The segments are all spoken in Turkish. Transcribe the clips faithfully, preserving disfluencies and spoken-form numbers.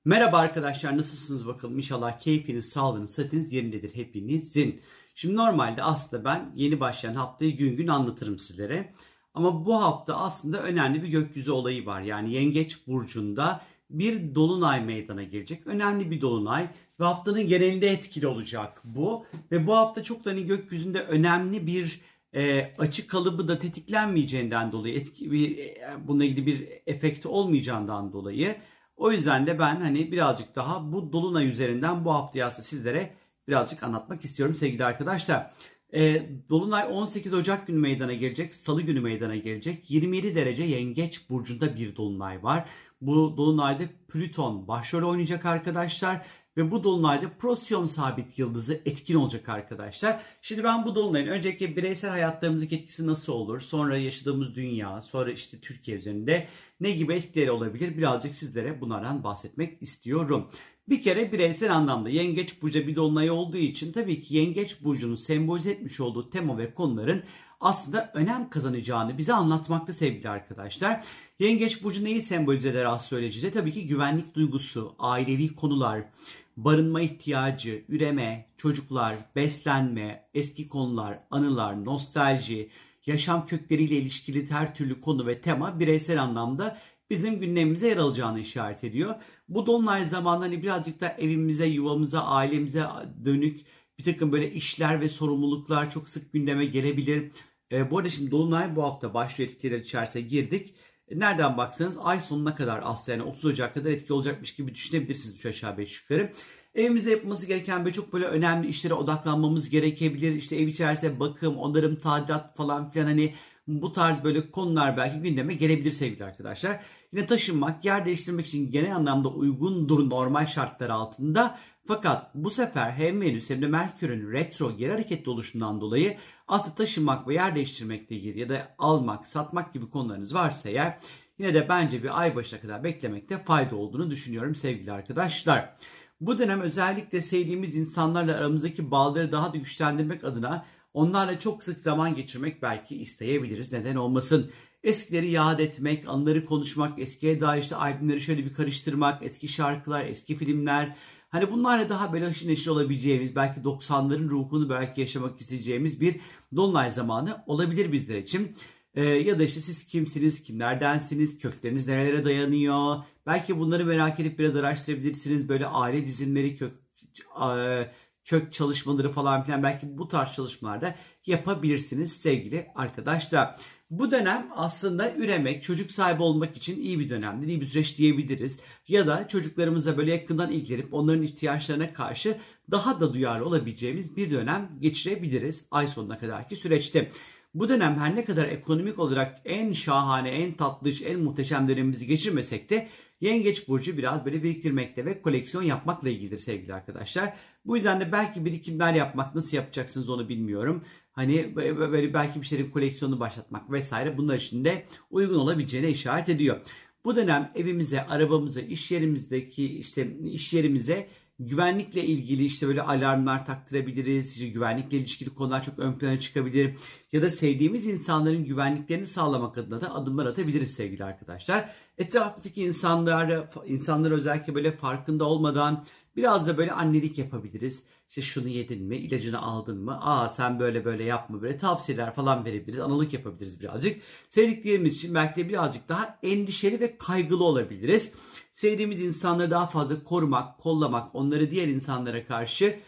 Merhaba arkadaşlar, nasılsınız bakalım? İnşallah keyfiniz, sağlığınız, sıhhatiniz yerindedir hepinizin. Şimdi normalde aslında ben yeni başlayan haftayı gün gün anlatırım sizlere. Ama bu hafta aslında önemli bir gökyüzü olayı var. Yani Yengeç burcunda bir dolunay meydana gelecek. Önemli bir dolunay ve haftanın genelinde etkili olacak bu. Ve bu hafta çok da hani gökyüzünde önemli bir e, açı kalıbı da tetiklenmeyeceğinden dolayı, etki, bir, e, bununla ilgili bir efekti olmayacağından dolayı. O yüzden de ben hani birazcık daha bu dolunay üzerinden bu haftayı aslında sizlere birazcık anlatmak istiyorum sevgili arkadaşlar. E, dolunay on sekiz Ocak günü meydana gelecek. Salı günü meydana gelecek. yirmi yedi derece Yengeç burcunda bir dolunay var. Bu dolunayda Plüton başrol oynayacak arkadaşlar. Ve bu dolunayda Procyon sabit yıldızı etkin olacak arkadaşlar. Şimdi ben bu dolunayın öncelikle bireysel hayatlarımızdaki etkisi nasıl olur? Sonra yaşadığımız dünya, sonra işte Türkiye üzerinde ne gibi etkileri olabilir? Birazcık sizlere bunlardan bahsetmek istiyorum. Bir kere bireysel anlamda Yengeç burcu bir dolunay olduğu için tabii ki Yengeç burcunun sembolize etmiş olduğu tema ve konuların aslında önem kazanacağını bize anlatmakta sevgili arkadaşlar. Yengeç burcu neyi sembolize eder astrolojide? Tabii ki güvenlik duygusu, ailevi konular, barınma ihtiyacı, üreme, çocuklar, beslenme, eski konular, anılar, nostalji, yaşam kökleriyle ilişkili her türlü konu ve tema bireysel anlamda bizim gündemimize yer alacağını işaret ediyor. Bu dolunay zamanında hani birazcık da evimize, yuvamıza, ailemize dönük bir takım böyle işler ve sorumluluklar çok sık gündeme gelebilir. E, bu arada şimdi dolunay bu hafta başlıyor, etkiler içerisine girdik. E, nereden baksanız ay sonuna kadar aslında yani otuz Ocak kadar etki olacakmış gibi düşünebilirsiniz üç aşağı beş yukarı. Evimizde yapılması gereken böyle çok böyle önemli işlere odaklanmamız gerekebilir. İşte ev içerisinde bakım, onarım, tadilat falan filan hani bu tarz böyle konular belki gündeme gelebilir sevgili arkadaşlar. Yine taşınmak, yer değiştirmek için genel anlamda uygundur normal şartlar altında. Fakat bu sefer hem Venüs hem de Merkür'ün retro geri hareketli oluşundan dolayı aslında taşınmak ve yer değiştirmekle ilgili ya da almak, satmak gibi konularınız varsa eğer yine de bence bir ay başına kadar beklemekte fayda olduğunu düşünüyorum sevgili arkadaşlar. Bu dönem özellikle sevdiğimiz insanlarla aramızdaki bağları daha da güçlendirmek adına onlarla çok sık zaman geçirmek belki isteyebiliriz. Neden olmasın? Eskileri yad etmek, anıları konuşmak, eskiye dair işte albümleri şöyle bir karıştırmak, eski şarkılar, eski filmler. Hani bunlarla daha böyle haşır neşir olabileceğimiz, belki doksanların ruhunu belki yaşamak isteyeceğimiz bir dolunay zamanı olabilir bizler için. Ee, ya da işte siz kimsiniz, kimlerdensiniz, kökleriniz nerelere dayanıyor. Belki bunları merak edip biraz araştırabilirsiniz. Böyle aile dizimleri, kök, e, kök çalışmaları falan filan belki bu tarz çalışmalarda yapabilirsiniz sevgili arkadaşlar. Bu dönem aslında üremek, çocuk sahibi olmak için iyi bir dönemdir, iyi bir süreç diyebiliriz. Ya da çocuklarımıza böyle yakından ilgilenip onların ihtiyaçlarına karşı daha da duyarlı olabileceğimiz bir dönem geçirebiliriz ay sonuna kadarki süreçte. Bu dönem her ne kadar ekonomik olarak en şahane, en tatlış, en muhteşem dönemimizi geçirmesek de Yengeç burcu biraz böyle biriktirmekle ve koleksiyon yapmakla ilgilidir sevgili arkadaşlar. Bu yüzden de belki birikimler yapmak, nasıl yapacaksınız onu bilmiyorum. Hani böyle belki bir şeylerin koleksiyonunu başlatmak vesaire bunlar için de uygun olabileceğine işaret ediyor. Bu dönem evimize, arabamıza, iş yerimizdeki işte iş yerimize güvenlikle ilgili işte böyle alarmlar taktırabiliriz. İşte güvenlikle ilişkili konular çok ön plana çıkabilir. Ya da sevdiğimiz insanların güvenliklerini sağlamak adına da adımlar atabiliriz sevgili arkadaşlar. Etraftaki insanlar, insanlar özellikle böyle farkında olmadan biraz da böyle annelik yapabiliriz. İşte şunu yedin mi, ilacını aldın mı, aa sen böyle böyle yapma, böyle tavsiyeler falan verebiliriz. Analık yapabiliriz birazcık. Sevdiklerimiz için belki de birazcık daha endişeli ve kaygılı olabiliriz. Sevdiğimiz insanları daha fazla korumak, kollamak, onları diğer insanlara karşı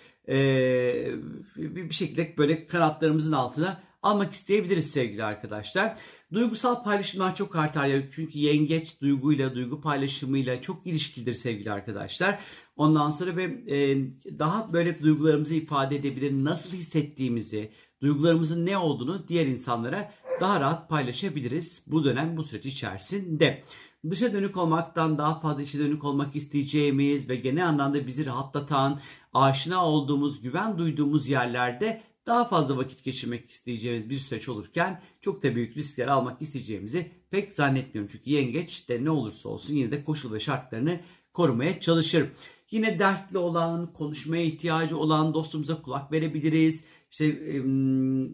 ee, bir şekilde böyle kanatlarımızın altına almak isteyebiliriz sevgili arkadaşlar. Duygusal paylaşımlar çok artar çünkü yengeç duyguyla, duygu paylaşımıyla çok ilişkilidir sevgili arkadaşlar. Ondan sonra ve e, daha böyle duygularımızı ifade edebilir, nasıl hissettiğimizi, duygularımızın ne olduğunu diğer insanlara daha rahat paylaşabiliriz bu dönem, bu süreç içerisinde. Dışa dönük olmaktan daha fazla içe dönük olmak isteyeceğimiz ve genel anlamda bizi rahatlatan, aşina olduğumuz, güven duyduğumuz yerlerde daha fazla vakit geçirmek isteyeceğimiz bir süreç olurken çok da büyük riskler almak isteyeceğimizi pek zannetmiyorum. Çünkü yengeç de ne olursa olsun yine de koşul ve şartlarını korumaya çalışır. Yine dertli olan, konuşmaya ihtiyacı olan dostumuza kulak verebiliriz. İşte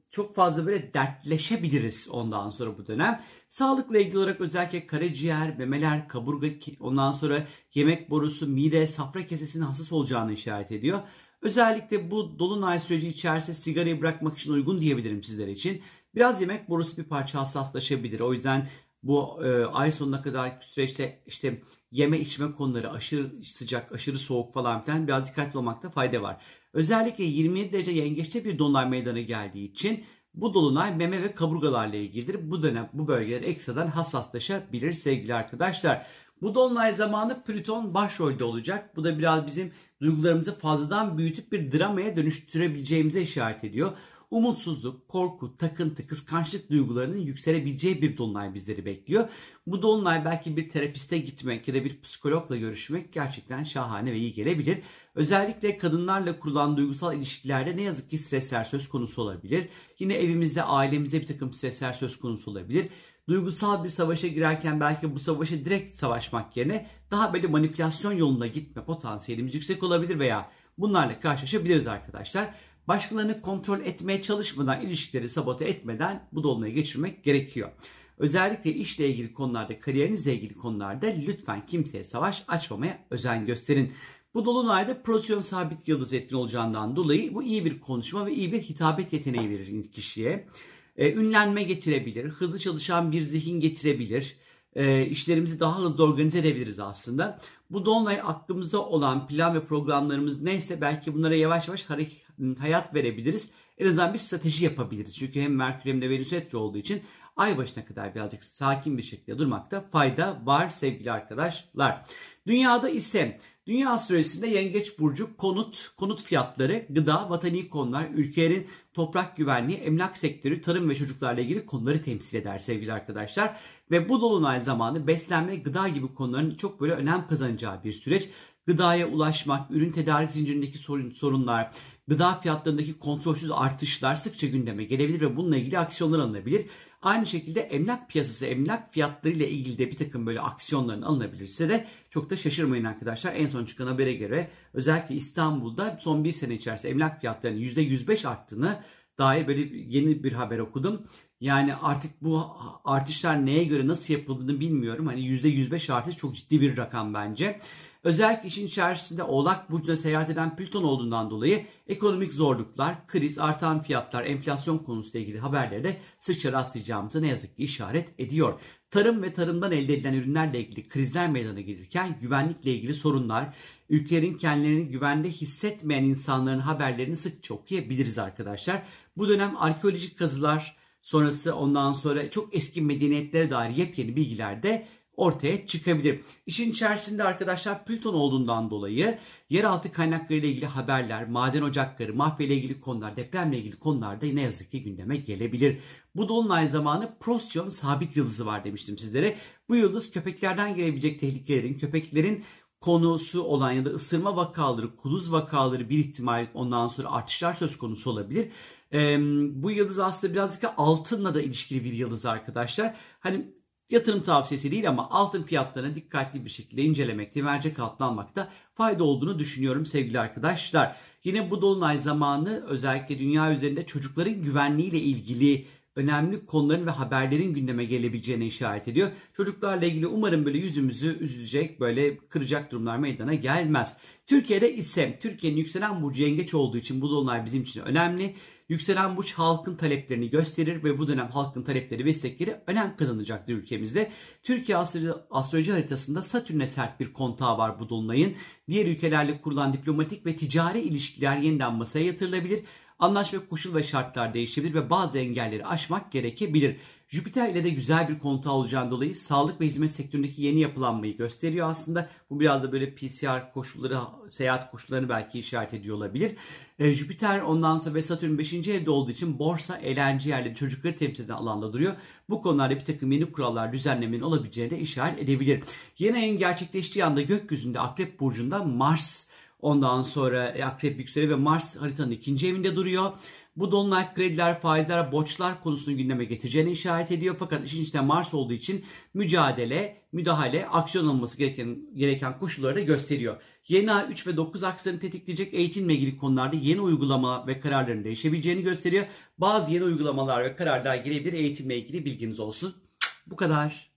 çok fazla böyle dertleşebiliriz ondan sonra bu dönem. Sağlıkla ilgili olarak özellikle karaciğer, memeler, kaburga, ondan sonra yemek borusu, mide, safra kesesinin hassas olacağını işaret ediyor. Özellikle bu dolunay süreci içerisinde sigarayı bırakmak için uygun diyebilirim sizler için. Biraz yemek borusu bir parça hassaslaşabilir. O yüzden bu e, ay sonuna kadar süreçte işte yeme içme konuları aşırı sıcak, aşırı soğuk falan filan biraz dikkatli olmakta fayda var. Özellikle yirmi yedi derece yengeçte bir dolunay meydana geldiği için bu dolunay meme ve kaburgalarla ilgilidir. Bu dönem bu bölgeler ekstradan hassaslaşabilir sevgili arkadaşlar. Bu dolunay zamanı Plüton başrolde olacak. Bu da biraz bizim duygularımızı fazladan büyütüp bir dramaya dönüştürebileceğimize işaret ediyor. Umutsuzluk, korku, takıntı, kıskançlık duygularının yükselebileceği bir dolunay bizleri bekliyor. Bu dolunay belki bir terapiste gitmek ya da bir psikologla görüşmek gerçekten şahane ve iyi gelebilir. Özellikle kadınlarla kurulan duygusal ilişkilerde ne yazık ki stresler söz konusu olabilir. Yine evimizde, ailemizde bir takım stresler söz konusu olabilir. Duygusal bir savaşa girerken belki bu savaşı direkt savaşmak yerine daha böyle manipülasyon yolunda gitme potansiyelimiz yüksek olabilir veya bunlarla karşılaşabiliriz arkadaşlar. Başkalarını kontrol etmeye çalışmadan, ilişkileri sabote etmeden bu dolunayı geçirmek gerekiyor. Özellikle işle ilgili konularda, kariyerinizle ilgili konularda lütfen kimseye savaş açmamaya özen gösterin. Bu dolunayda pozisyon sabit yıldız etkin olacağından dolayı bu iyi bir konuşma ve iyi bir hitabet yeteneği verir kişiye. Ee, ünlenme getirebilir, hızlı çalışan bir zihin getirebilir. E, işlerimizi daha hızlı organize edebiliriz aslında. Bu dolunay aklımızda olan plan ve programlarımız neyse belki bunlara yavaş yavaş hayat verebiliriz. En azından bir strateji yapabiliriz. Çünkü hem Merkür hem de Venüs retro olduğu için ay başına kadar birazcık sakin bir şekilde durmakta fayda var sevgili arkadaşlar. Dünyada ise dünya astrolojisinde Yengeç burcu konut, konut fiyatları, gıda, vatani konular, ülkelerin toprak güvenliği, emlak sektörü, tarım ve çocuklarla ilgili konuları temsil eder sevgili arkadaşlar. Ve bu dolunay zamanı beslenme, gıda gibi konuların çok böyle önem kazanacağı bir süreç. Gıdaya ulaşmak, ürün tedarik zincirindeki sorun, sorunlar, gıda fiyatlarındaki kontrolsüz artışlar sıkça gündeme gelebilir ve bununla ilgili aksiyonlar alınabilir. Aynı şekilde emlak piyasası, emlak fiyatları ile ilgili de bir takım böyle aksiyonların alınabilirse de çok da şaşırmayın arkadaşlar. En son çıkan habere göre özellikle İstanbul'da son bir sene içerisinde emlak fiyatlarının yüzde yüz beş arttığını dair böyle yeni bir haber okudum. Yani artık bu artışlar neye göre nasıl yapıldığını bilmiyorum. Hani yüzde yüz beş artış çok ciddi bir rakam bence. Özellikle işin içerisinde Oğlak Burcu'na seyahat eden Plüton olduğundan dolayı ekonomik zorluklar, kriz, artan fiyatlar, enflasyon konusuyla ilgili haberlere de sıkça rastlayacağımızı ne yazık ki işaret ediyor. Tarım ve tarımdan elde edilen ürünlerle ilgili krizler meydana gelirken güvenlikle ilgili sorunlar, ülkelerin kendilerini güvende hissetmeyen insanların haberlerini sıkça okuyabiliriz arkadaşlar. Bu dönem arkeolojik kazılar sonrası ondan sonra çok eski medeniyetlere dair yepyeni bilgiler de ortaya çıkabilir. İşin içerisinde arkadaşlar Plüton olduğundan dolayı yeraltı kaynakları ile ilgili haberler, maden ocakları, mafya ile ilgili konular, depremle ilgili konularda ne yazık ki gündeme gelebilir. Bu dolunay zamanı Prosyon sabit yıldızı var demiştim sizlere. Bu yıldız köpeklerden gelebilecek tehlikelerin, köpeklerin konusu olan ya da ısırma vakaları, kuduz vakaları bir ihtimal ondan sonra artışlar söz konusu olabilir. Ee, bu yıldız aslında birazcık altınla da ilişkili bir yıldız arkadaşlar. Hani yatırım tavsiyesi değil ama altın fiyatlarını dikkatli bir şekilde incelemekte, mercek altına almakta fayda olduğunu düşünüyorum sevgili arkadaşlar. Yine bu dolunay zamanı özellikle dünya üzerinde çocukların güvenliğiyle ilgili önemli konuların ve haberlerin gündeme gelebileceğine işaret ediyor. Çocuklarla ilgili umarım böyle yüzümüzü üzülecek, böyle kıracak durumlar meydana gelmez. Türkiye'de ise Türkiye'nin yükselen burcu yengeç olduğu için bu dolunay bizim için önemli. Yükselen burç halkın taleplerini gösterir ve bu dönem halkın talepleri ve istekleri önem kazanacaktır ülkemizde. Türkiye astroloji haritasında Satürn'e sert bir kontağı var bu dolunayın. Diğer ülkelerle kurulan diplomatik ve ticari ilişkiler yeniden masaya yatırılabilir. Anlaşma koşul ve şartlar değişebilir ve bazı engelleri aşmak gerekebilir. Jüpiter ile de güzel bir kontağı olacağından dolayı sağlık ve hizmet sektöründeki yeni yapılanmayı gösteriyor aslında. Bu biraz da böyle P C R koşulları, seyahat koşullarını belki işaret ediyor olabilir. Ee, Jüpiter ondan sonra ve Satürn beşinci evde olduğu için borsa, eğlence yerleri, çocukları temsil eden alanda duruyor. Bu konularda bir takım yeni kurallar, düzenlemenin olabileceğini de işaret edebilir. Yeni ayın gerçekleştiği anda gökyüzünde Akrep Burcu'nda Mars, ondan sonra Akrep yükseliyor ve Mars haritanın ikinci evinde duruyor. Bu dolunay krediler, faizler, borçlar konusunu gündeme getireceğini işaret ediyor. Fakat işin içinde Mars olduğu için mücadele, müdahale, aksiyon alınması gereken, gereken koşulları da gösteriyor. Yeni ay üç ve dokuz akslarını tetikleyecek, eğitimle ilgili konularda yeni uygulama ve kararların değişebileceğini gösteriyor. Bazı yeni uygulamalar ve kararlar girebilir, eğitimle ilgili bilginiz olsun. Bu kadar.